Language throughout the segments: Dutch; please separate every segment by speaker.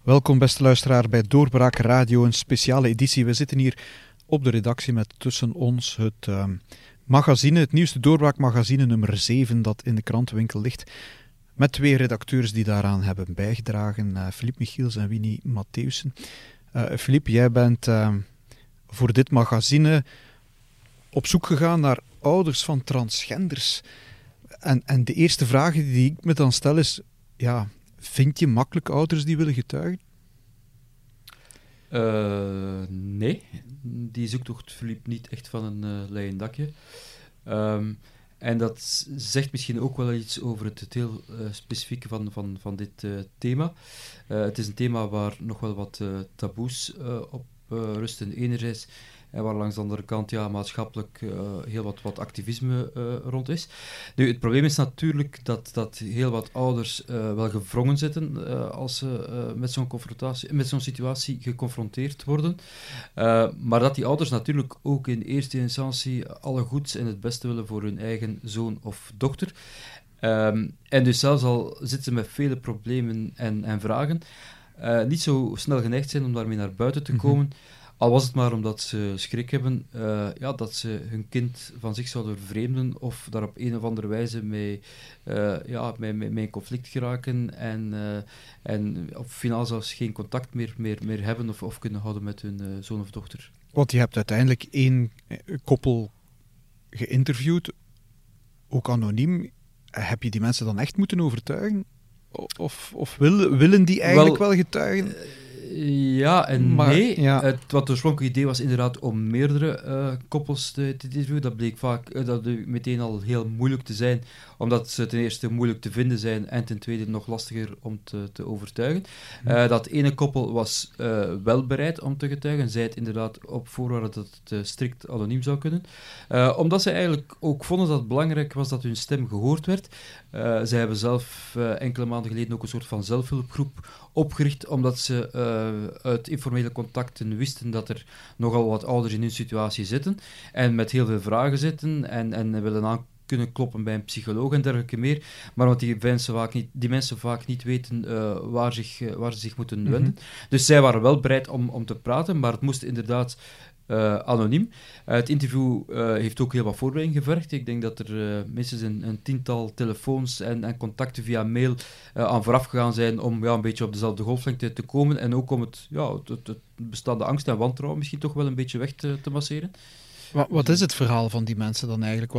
Speaker 1: Welkom beste luisteraar bij Doorbraak Radio, een speciale editie. We zitten hier op de redactie met tussen ons het magazine, het nieuwste Doorbraak-magazine nummer 7 dat in de krantenwinkel ligt. Met 2 redacteurs die daaraan hebben bijgedragen, Philippe Michiels en Winnie Mattheussen. Philippe, jij bent voor dit magazine op zoek gegaan naar ouders van transgenders. En de eerste vraag die ik me dan stel is, ja, vind je makkelijk ouders die willen getuigen?
Speaker 2: Nee, die zoektocht verliep niet echt van een leien dakje. En dat zegt misschien ook wel iets over het heel specifieke van dit thema. Het is een thema waar nog wel wat taboes op rusten enerzijds, en waar langs de andere kant maatschappelijk heel wat activisme rond is. Nu, het probleem is natuurlijk dat heel wat ouders wel gewrongen zitten als ze met zo'n situatie geconfronteerd worden. Maar dat die ouders natuurlijk ook in eerste instantie alle goeds en het beste willen voor hun eigen zoon of dochter. En dus zelfs al zitten ze met vele problemen en vragen, niet zo snel geneigd zijn om daarmee naar buiten te komen. Al was het maar omdat ze schrik hebben dat ze hun kind van zich zouden vervreemden of daar op een of andere wijze mee in conflict geraken en op finaal zelfs geen contact meer hebben of kunnen houden met hun zoon of dochter.
Speaker 1: Want je hebt uiteindelijk 1 koppel geïnterviewd, ook anoniem. Heb je die mensen dan echt moeten overtuigen? Of willen die eigenlijk wel getuigen?
Speaker 2: Ja en
Speaker 1: maar,
Speaker 2: nee.
Speaker 1: Ja.
Speaker 2: Het oorspronkelijke idee was inderdaad om meerdere koppels te interviewen. Dat bleek vaak meteen al heel moeilijk te zijn, omdat ze ten eerste moeilijk te vinden zijn en ten tweede nog lastiger om te overtuigen. Dat ene koppel was wel bereid om te getuigen. Zij het inderdaad op voorwaarde dat het strikt anoniem zou kunnen. Omdat ze eigenlijk ook vonden dat het belangrijk was dat hun stem gehoord werd. Zij hebben zelf enkele maanden geleden ook een soort van zelfhulpgroep opgericht, omdat ze uit informele contacten wisten dat er nogal wat ouders in hun situatie zitten en met heel veel vragen zitten en willen aan kunnen kloppen bij een psycholoog en dergelijke meer, maar want die mensen vaak niet weten waar ze zich moeten wenden. Dus zij waren wel bereid om te praten, maar het moest inderdaad anoniem. Het interview heeft ook heel wat voorbereiding gevergd. Ik denk dat er minstens een 10-tal telefoons en contacten via mail aan vooraf gegaan zijn om een beetje op dezelfde golflengte te komen en ook om het bestaande angst en wantrouwen misschien toch wel een beetje weg te masseren.
Speaker 1: Wat is het verhaal van die mensen dan eigenlijk?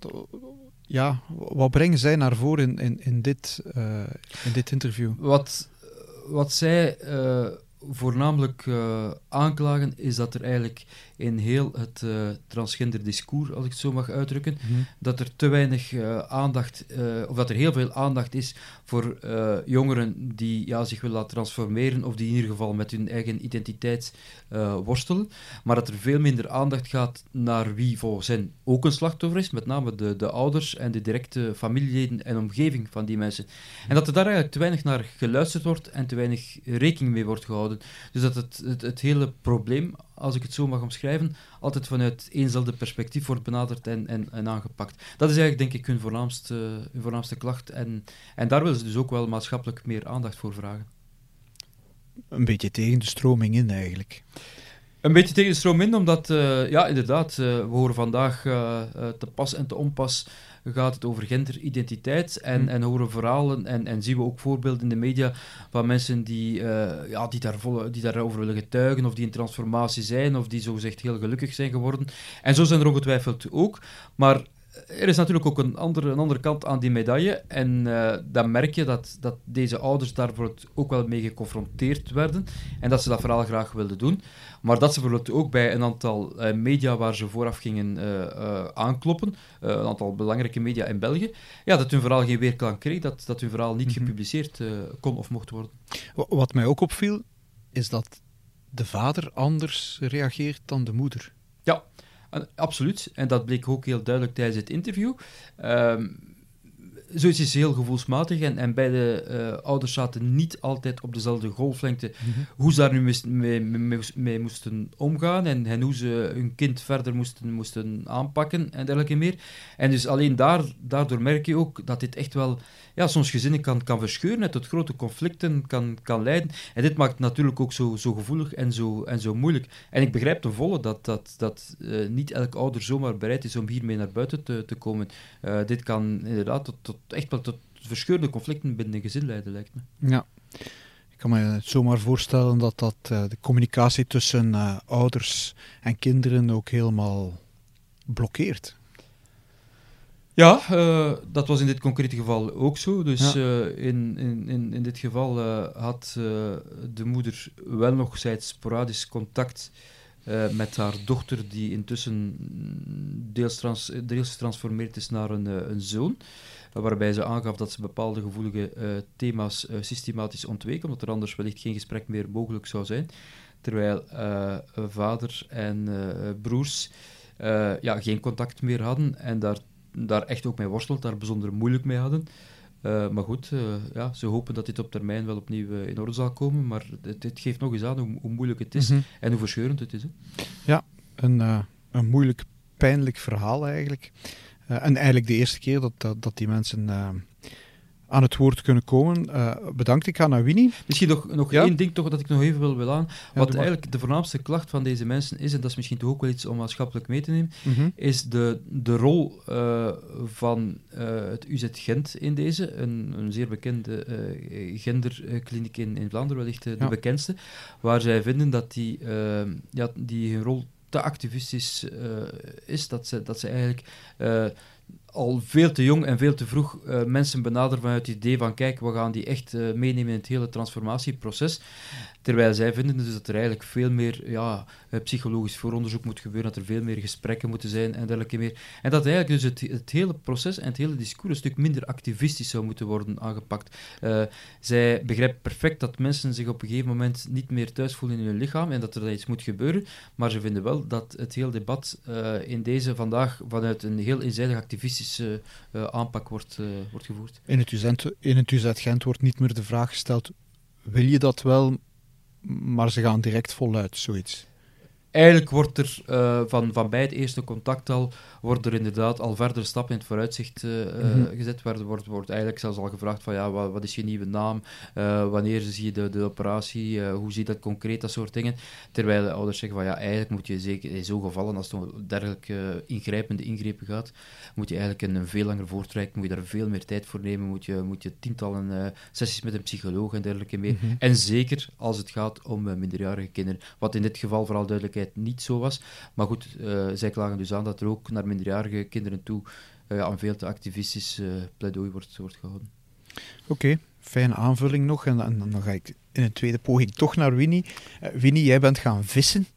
Speaker 1: Wat brengen zij naar voren in dit interview?
Speaker 2: Wat zij voornamelijk aanklagen is dat er eigenlijk in heel het transgender discours, als ik het zo mag uitdrukken, dat er te weinig aandacht, of dat er heel veel aandacht is voor jongeren die zich willen laten transformeren, of die in ieder geval met hun eigen identiteit worstelen, maar dat er veel minder aandacht gaat naar wie volgens hen ook een slachtoffer is, met name de ouders en de directe familieleden en omgeving van die mensen. En dat er daar eigenlijk te weinig naar geluisterd wordt en te weinig rekening mee wordt gehouden. Dus dat het hele probleem, als ik het zo mag omschrijven, altijd vanuit éénzelfde perspectief wordt benaderd en aangepakt. Dat is eigenlijk, denk ik, hun voornaamste klacht. En daar willen ze dus ook wel maatschappelijk meer aandacht voor vragen.
Speaker 1: Een beetje tegen de stroming in, eigenlijk.
Speaker 2: Een beetje tegen de stroom in, omdat, inderdaad, we horen vandaag te pas en te onpas gaat het over genderidentiteit en horen verhalen en zien we ook voorbeelden in de media van mensen die daarover willen getuigen of die in transformatie zijn of die zogezegd heel gelukkig zijn geworden. En zo zijn er ongetwijfeld ook, maar er is natuurlijk ook een andere kant aan die medaille en dan merk je dat deze ouders daarvoor ook wel mee geconfronteerd werden en dat ze dat verhaal graag wilden doen, maar dat ze bijvoorbeeld ook bij een aantal media waar ze vooraf gingen aankloppen, een aantal belangrijke media in België, dat hun verhaal geen weerklank kreeg, dat hun verhaal niet gepubliceerd kon of mocht worden.
Speaker 1: Wat mij ook opviel, is dat de vader anders reageert dan de moeder.
Speaker 2: Ja, absoluut. En dat bleek ook heel duidelijk tijdens het interview. zoiets is heel gevoelsmatig en beide ouders zaten niet altijd op dezelfde golflengte hoe ze daar nu mee moesten omgaan en hoe ze hun kind verder moesten aanpakken en dergelijke meer. En dus alleen daardoor merk je ook dat dit echt wel soms gezinnen kan verscheuren en tot grote conflicten kan leiden. En dit maakt het natuurlijk ook zo gevoelig en zo moeilijk. En ik begrijp ten volle dat niet elk ouder zomaar bereid is om hiermee naar buiten te komen. Dit kan inderdaad tot verscheurde conflicten binnen een gezin leiden, lijkt me.
Speaker 1: Ja, ik kan me zomaar voorstellen dat de communicatie tussen ouders en kinderen ook helemaal blokkeert.
Speaker 2: Ja, dat was in dit concrete geval ook zo. Dus in dit geval had de moeder wel nog steeds sporadisch contact met haar dochter, die intussen deels getransformeerd is naar een zoon, waarbij ze aangaf dat ze bepaalde gevoelige thema's systematisch ontweek, omdat er anders wellicht geen gesprek meer mogelijk zou zijn, terwijl vader en broers geen contact meer hadden en daar echt ook mee worstelt, daar bijzonder moeilijk mee hadden. Maar goed, ze hopen dat dit op termijn wel opnieuw in orde zal komen, maar dit geeft nog eens aan hoe moeilijk het is en hoe verscheurend het is. Hè.
Speaker 1: Ja, een moeilijk, pijnlijk verhaal eigenlijk. En eigenlijk de eerste keer dat die mensen aan het woord kunnen komen. Bedankt, ik ga naar Winnie.
Speaker 2: Misschien nog één ding toch dat ik nog even wil aan. Wat eigenlijk de voornaamste klacht van deze mensen is, en dat is misschien toch ook wel iets om maatschappelijk mee te nemen, is de rol van het UZ Gent in deze, een zeer bekende genderkliniek in Vlaanderen, wellicht de bekendste, waar zij vinden dat die hun rol te activistisch is, dat ze eigenlijk al veel te jong en veel te vroeg mensen benaderen vanuit het idee van kijk, we gaan die echt meenemen in het hele transformatieproces. Terwijl zij vinden dus dat er eigenlijk veel meer psychologisch vooronderzoek moet gebeuren, dat er veel meer gesprekken moeten zijn en dergelijke meer. En dat eigenlijk dus het hele proces en het hele discours een stuk minder activistisch zou moeten worden aangepakt. Zij begrijpen perfect dat mensen zich op een gegeven moment niet meer thuis voelen in hun lichaam en dat er iets moet gebeuren, maar ze vinden wel dat het hele debat in deze vandaag vanuit een heel eenzijdig activistische aanpak wordt gevoerd.
Speaker 1: In het UZ Gent wordt niet meer de vraag gesteld, wil je dat wel? Maar ze gaan direct voluit, zoiets.
Speaker 2: Eigenlijk wordt er van bij het eerste contact wordt er inderdaad al verdere stappen in het vooruitzicht gezet. Wordt eigenlijk zelfs al gevraagd van wat is je nieuwe naam? Wanneer zie je de operatie? Hoe zie je dat concreet? Dat soort dingen. Terwijl de ouders zeggen van eigenlijk moet je zeker in zo'n gevallen, als het om dergelijke ingrijpende ingrepen gaat, moet je eigenlijk een veel langer voortraject, moet je daar veel meer tijd voor nemen, moet je tientallen sessies met een psycholoog en dergelijke meer. En zeker als het gaat om minderjarige kinderen. Wat in dit geval vooral duidelijkheid niet zo was. Maar goed, zij klagen dus aan dat er ook naar minderjarige kinderen toe een veel te activistisch pleidooi wordt gehouden.
Speaker 1: Oké, fijne aanvulling nog. En dan ga ik in een tweede poging toch naar Winnie. Winnie, jij bent gaan vissen.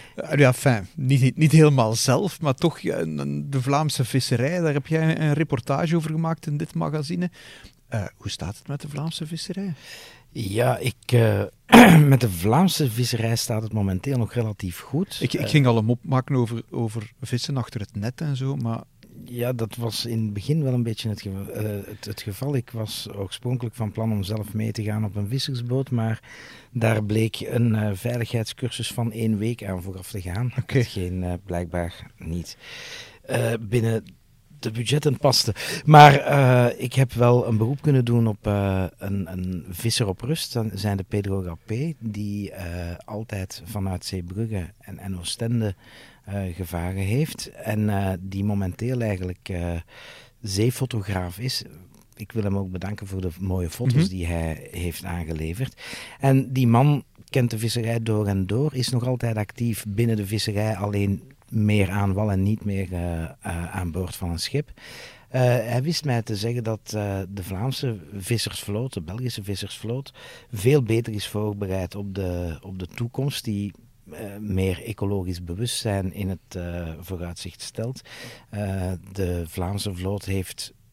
Speaker 1: Niet helemaal zelf, maar toch de Vlaamse visserij. Daar heb jij een reportage over gemaakt in dit magazine. Hoe staat het met de Vlaamse visserij?
Speaker 3: Ja, met de Vlaamse visserij staat het momenteel nog relatief goed. Ik
Speaker 1: ging al een mop maken over vissen achter het net en zo, maar...
Speaker 3: Ja, dat was in het begin wel een beetje het geval. Ik was oorspronkelijk van plan om zelf mee te gaan op een vissersboot, maar daar bleek een veiligheidscursus van 1 week aan vooraf te gaan.
Speaker 1: Okay.
Speaker 3: Hetgeen blijkbaar niet binnen de budgetten paste. Maar ik heb wel een beroep kunnen doen op een visser op rust. Dat zijn de Pedro Rapé, die altijd vanuit Zeebrugge en Oostende gevaren heeft. En die momenteel eigenlijk zeefotograaf is. Ik wil hem ook bedanken voor de mooie foto's die hij heeft aangeleverd. En die man kent de visserij door en door, is nog altijd actief binnen de visserij, alleen meer aan wal en niet meer aan boord van een schip. Hij wist mij te zeggen dat de Vlaamse vissersvloot, de Belgische vissersvloot, veel beter is voorbereid op de toekomst, die meer ecologisch bewustzijn in het vooruitzicht stelt. De Vlaamse vloot heeft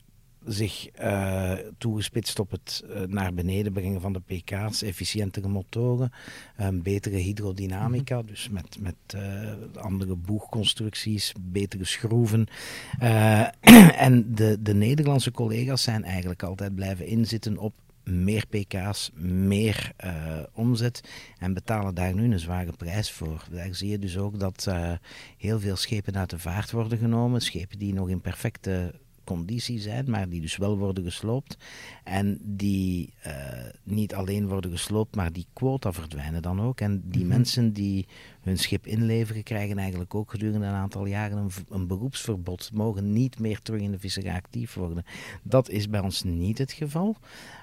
Speaker 3: zich toegespitst op het naar beneden brengen van de pk's, efficiëntere motoren, betere hydrodynamica, dus met andere boegconstructies, betere schroeven. En de Nederlandse collega's zijn eigenlijk altijd blijven inzitten op meer pk's, meer omzet en betalen daar nu een zware prijs voor. Daar zie je dus ook dat heel veel schepen uit de vaart worden genomen, schepen die nog in perfecte conditie zijn, maar die dus wel worden gesloopt en die niet alleen worden gesloopt, maar die quota verdwijnen dan ook en die mensen die hun schip inleveren krijgen eigenlijk ook gedurende een aantal jaren een beroepsverbod, mogen niet meer terug in de visserij actief worden. Dat is bij ons niet het geval.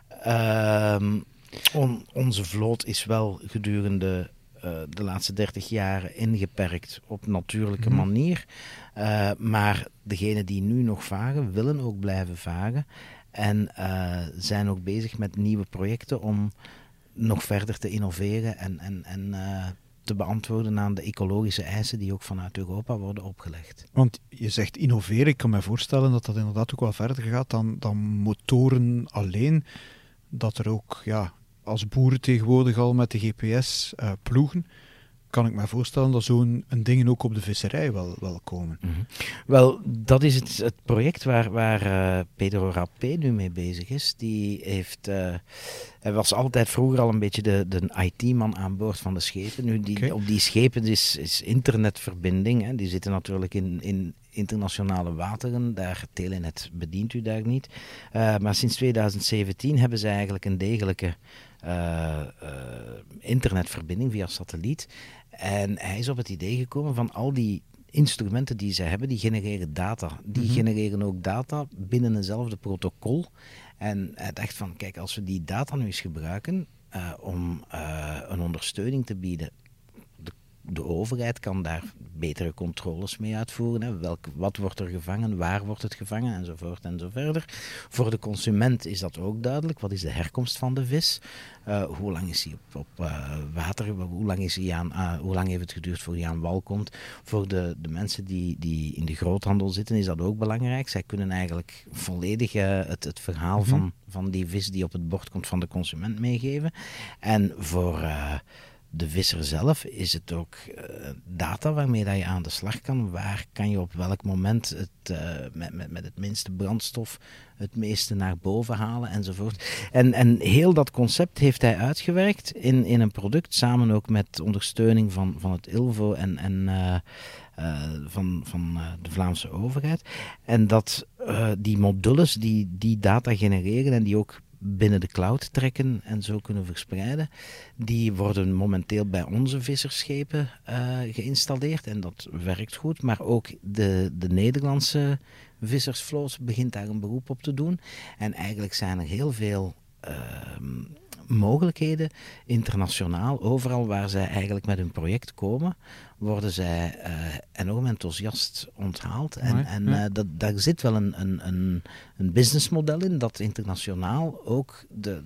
Speaker 3: Onze vloot is wel gedurende de laatste 30 jaren ingeperkt op natuurlijke manier. Maar degenen die nu nog varen, willen ook blijven varen. En zijn ook bezig met nieuwe projecten om nog verder te innoveren en te beantwoorden aan de ecologische eisen die ook vanuit Europa worden opgelegd.
Speaker 1: Want je zegt innoveren, ik kan me voorstellen dat dat inderdaad ook wel verder gaat dan motoren alleen. Dat er ook, als boeren tegenwoordig al met de GPS ploegen, kan ik me voorstellen dat zo'n dingen ook op de visserij wel komen.
Speaker 3: Mm-hmm. Wel, dat is het project waar Pedro Rapé nu mee bezig is. Hij was altijd vroeger al een beetje de IT-man aan boord van de schepen. Nu, op die schepen is internetverbinding. Hè. Die zitten natuurlijk in internationale wateren. Telenet bedient u daar niet. Maar sinds 2017 hebben ze eigenlijk een degelijke internetverbinding via satelliet. En hij is op het idee gekomen van al die instrumenten die ze hebben, die genereren data. Die genereren ook data binnen eenzelfde protocol. En hij dacht van, kijk, als we die data nu eens gebruiken om een ondersteuning te bieden. De overheid kan daar betere controles mee uitvoeren. Hè. Wat wordt er gevangen, waar wordt het gevangen, enzovoort en zo verder. Voor de consument is dat ook duidelijk. Wat is de herkomst van de vis? Hoe lang is hij op water? Hoe lang heeft het geduurd voor hij aan wal komt? Voor de mensen die in de groothandel zitten is dat ook belangrijk. Zij kunnen eigenlijk volledig het verhaal van die vis die op het bord komt van de consument meegeven. En voor de visser zelf is het ook data waarmee dat je aan de slag kan. Waar kan je op welk moment met het minste brandstof het meeste naar boven halen enzovoort. En heel dat concept heeft hij uitgewerkt in een product, samen ook met ondersteuning van het ILVO en van de Vlaamse overheid. En dat die modules die data genereren en die ook binnen de cloud trekken en zo kunnen verspreiden. Die worden momenteel bij onze vissersschepen geïnstalleerd en dat werkt goed. Maar ook de Nederlandse vissersvloot begint daar een beroep op te doen. En eigenlijk zijn er heel veel mogelijkheden internationaal. Overal waar zij eigenlijk met hun project komen, worden zij enorm enthousiast onthaald. Daar zit wel een businessmodel in dat internationaal ook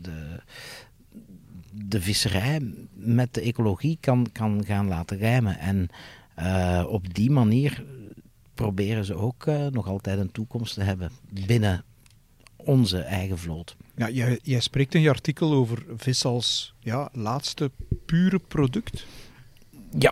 Speaker 3: de visserij met de ecologie kan gaan laten rijmen. En op die manier proberen ze ook nog altijd een toekomst te hebben binnen onze eigen vloot.
Speaker 1: Ja, jij spreekt in je artikel over vis als laatste pure product.
Speaker 3: Ja,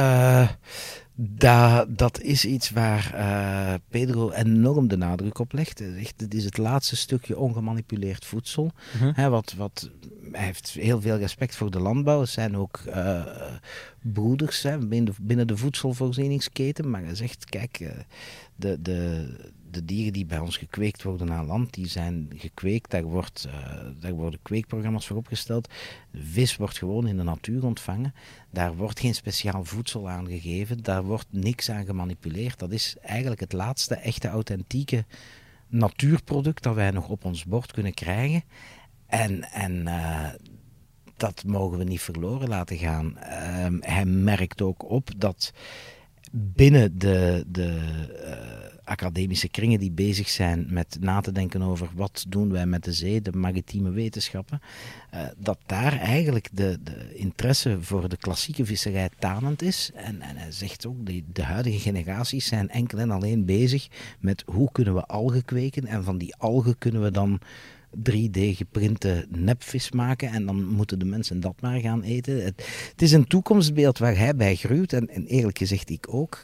Speaker 3: dat is iets waar Pedro enorm de nadruk op legt. Hij zegt, het is het laatste stukje ongemanipuleerd voedsel. Hij heeft heel veel respect voor de landbouw. Het zijn ook broeders binnen de voedselvoorzieningsketen. Maar hij zegt, kijk, de dieren die bij ons gekweekt worden aan land, die zijn gekweekt. Daar worden kweekprogramma's voor opgesteld. De vis wordt gewoon in de natuur ontvangen. Daar wordt geen speciaal voedsel aan gegeven. Daar wordt niks aan gemanipuleerd. Dat is eigenlijk het laatste echte authentieke natuurproduct dat wij nog op ons bord kunnen krijgen. En dat mogen we niet verloren laten gaan. Hij merkt ook op dat binnen de academische kringen die bezig zijn met na te denken over wat doen wij met de zee, de maritieme wetenschappen, dat daar eigenlijk de interesse voor de klassieke visserij tanend is. En hij zegt ook, de huidige generaties zijn enkel en alleen bezig met hoe kunnen we algen kweken en van die algen kunnen we dan 3D-geprinte nepvis maken en dan moeten de mensen dat maar gaan eten. Het is een toekomstbeeld waar hij bij gruwt en eerlijk gezegd ik ook.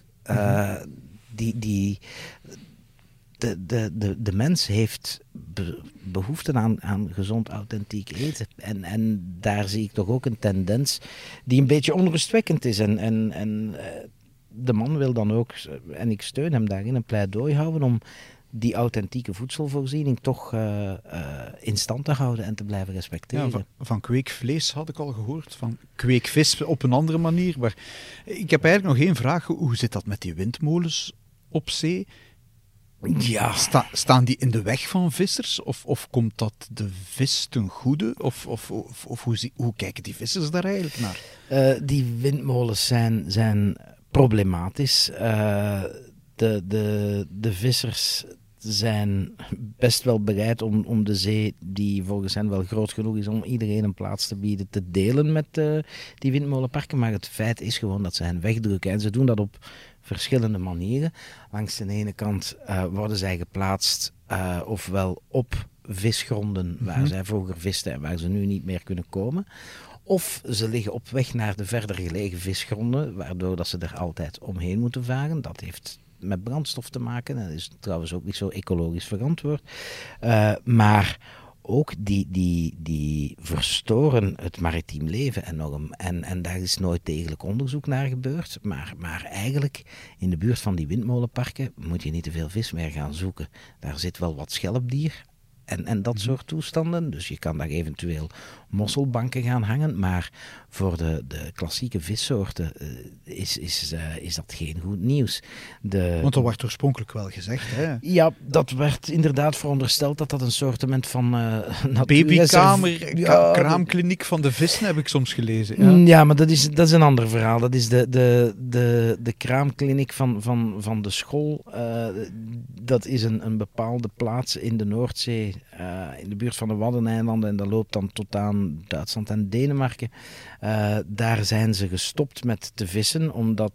Speaker 3: De mens heeft behoefte aan gezond, authentiek eten. En daar zie ik toch ook een tendens die een beetje onrustwekkend is. En de man wil dan ook, en ik steun hem daarin, een pleidooi houden om die authentieke voedselvoorziening toch in stand te houden en te blijven respecteren.
Speaker 1: Ja, van kweekvlees had ik al gehoord, van kweekvis op een andere manier. Maar ik heb eigenlijk nog één vraag. Hoe zit dat met die windmolens op zee?
Speaker 3: Ja.
Speaker 1: Staan die in de weg van vissers? Of komt dat de vis ten goede? Of hoe kijken die vissers daar eigenlijk naar?
Speaker 3: Die windmolens zijn problematisch. De vissers zijn best wel bereid om de zee, die volgens hen wel groot genoeg is om iedereen een plaats te bieden, te delen met die windmolenparken. Maar het feit is gewoon dat ze hen wegdrukken. En ze doen dat op verschillende manieren. Langs de ene kant worden zij geplaatst ofwel op visgronden waar zij vroeger visten en waar ze nu niet meer kunnen komen. Of ze liggen op weg naar de verder gelegen visgronden, waardoor dat ze er altijd omheen moeten varen. Dat heeft met brandstof te maken. Dat is trouwens ook niet zo ecologisch verantwoord. Maar ook die verstoren het maritiem leven enorm. En daar is nooit degelijk onderzoek naar gebeurd. Maar eigenlijk in de buurt van die windmolenparken moet je niet te veel vis meer gaan zoeken. Daar zit wel wat schelpdier en dat soort toestanden. Dus je kan daar eventueel mosselbanken gaan hangen. Maar voor de klassieke vissoorten is dat geen goed nieuws.
Speaker 1: Want dat werd oorspronkelijk wel gezegd, hè?
Speaker 3: Ja, dat werd inderdaad verondersteld dat een soortement van
Speaker 1: babykamer, kraamkliniek van de vissen heb ik soms gelezen.
Speaker 3: Ja, maar dat is een ander verhaal. Dat is de kraamkliniek van de school. Dat is een bepaalde plaats in de Noordzee, in de buurt van de Waddeneilanden. En dat loopt dan tot aan Duitsland en Denemarken. Daar zijn ze gestopt met te vissen, omdat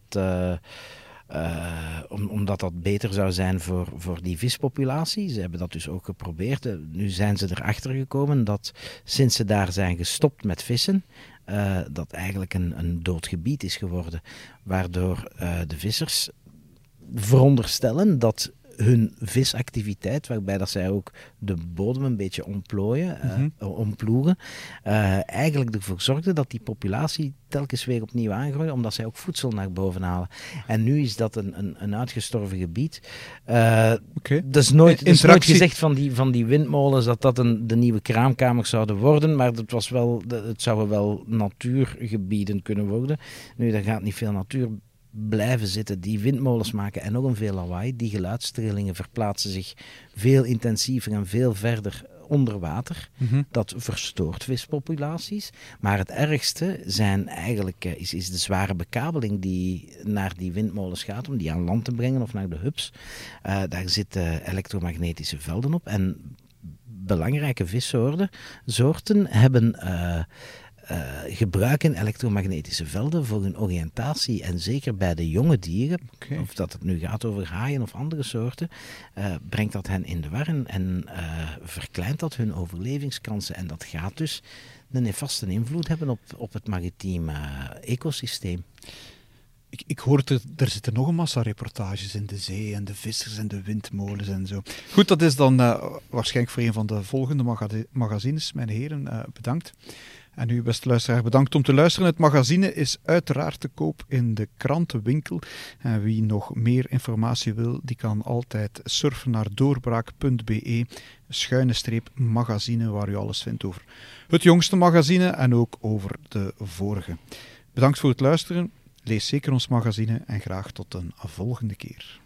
Speaker 3: dat beter zou zijn voor die vispopulatie. Ze hebben dat dus ook geprobeerd. Nu zijn ze erachter gekomen dat sinds ze daar zijn gestopt met vissen, dat eigenlijk een dood gebied is geworden. Waardoor de vissers veronderstellen dat hun visactiviteit, waarbij dat zij ook de bodem een beetje omploegen, eigenlijk ervoor zorgde dat die populatie telkens weer opnieuw aangroeide, omdat zij ook voedsel naar boven halen. En nu is dat een uitgestorven gebied. Dat is nooit gezegd van die windmolens dat de nieuwe kraamkamers zouden worden, maar het zouden wel natuurgebieden kunnen worden. Nu, daar gaat niet veel natuur blijven zitten. Die windmolens maken enorm veel lawaai. Die geluidstrillingen verplaatsen zich veel intensiever en veel verder onder water. Dat verstoort vispopulaties. Maar het ergste zijn eigenlijk, is de zware bekabeling die naar die windmolens gaat om die aan land te brengen of naar de hubs. Daar zitten elektromagnetische velden op en belangrijke vissoorten hebben gebruiken elektromagnetische velden voor hun oriëntatie. En zeker bij de jonge dieren, of dat het nu gaat over haaien of andere soorten, brengt dat hen in de war en verkleint dat hun overlevingskansen. En dat gaat dus een nefaste invloed hebben op het maritieme ecosysteem.
Speaker 1: Ik hoor er zitten nog een massa reportages in de zee en de vissers en de windmolens en zo. Goed, dat is dan waarschijnlijk voor een van de volgende magazines. Mijn heren, bedankt. En u, beste luisteraar, bedankt om te luisteren. Het magazine is uiteraard te koop in de krantenwinkel. En wie nog meer informatie wil, die kan altijd surfen naar doorbraak.be/magazine, waar u alles vindt over het jongste magazine en ook over de vorige. Bedankt voor het luisteren. Lees zeker ons magazine en graag tot een volgende keer.